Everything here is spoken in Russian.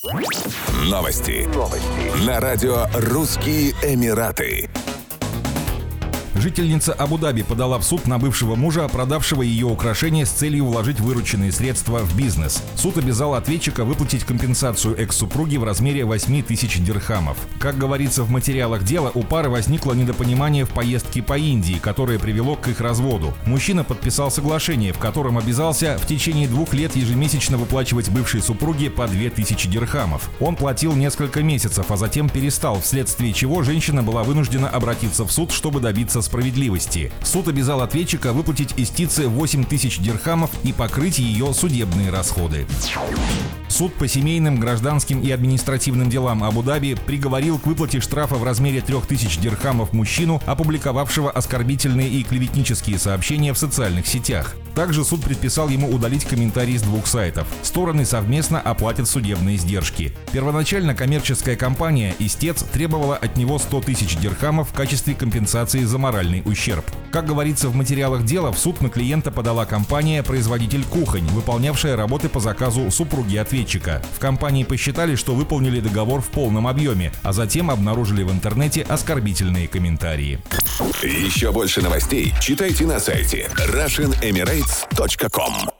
Новости. На радио «Русские Эмираты». Жительница Абу-Даби подала в суд на бывшего мужа, продавшего ее украшения с целью вложить вырученные средства в бизнес. Суд обязал ответчика выплатить компенсацию экс-супруги в размере 8 тысяч дирхамов. Как говорится в материалах дела, у пары возникло недопонимание в поездке по Индии, которое привело к их разводу. Мужчина подписал соглашение, в котором обязался в течение 2 лет ежемесячно выплачивать бывшей супруге по 2000 дирхамов. Он платил несколько месяцев, а затем перестал, вследствие чего женщина была вынуждена обратиться в суд, чтобы добиться справедливости. Суд обязал ответчика выплатить истице 8 тысяч дирхамов и покрыть ее судебные расходы. Суд по семейным, гражданским и административным делам Абу-Даби приговорил к выплате штрафа в размере 3000 дирхамов мужчину, опубликовавшего оскорбительные и клеветнические сообщения в социальных сетях. Также суд предписал ему удалить комментарии с 2 сайтов. Стороны совместно оплатят судебные издержки. Первоначально коммерческая компания «Истец» требовала от него 100 тысяч дирхамов в качестве компенсации за моральный ущерб. Как говорится в материалах дела, в суд на клиента подала компания-производитель кухонь, выполнявшая работы по заказу супруги ответчика. В компании посчитали, что выполнили договор в полном объеме, а затем обнаружили в интернете оскорбительные комментарии. Еще больше новостей читайте на сайте RussianEmirates.com.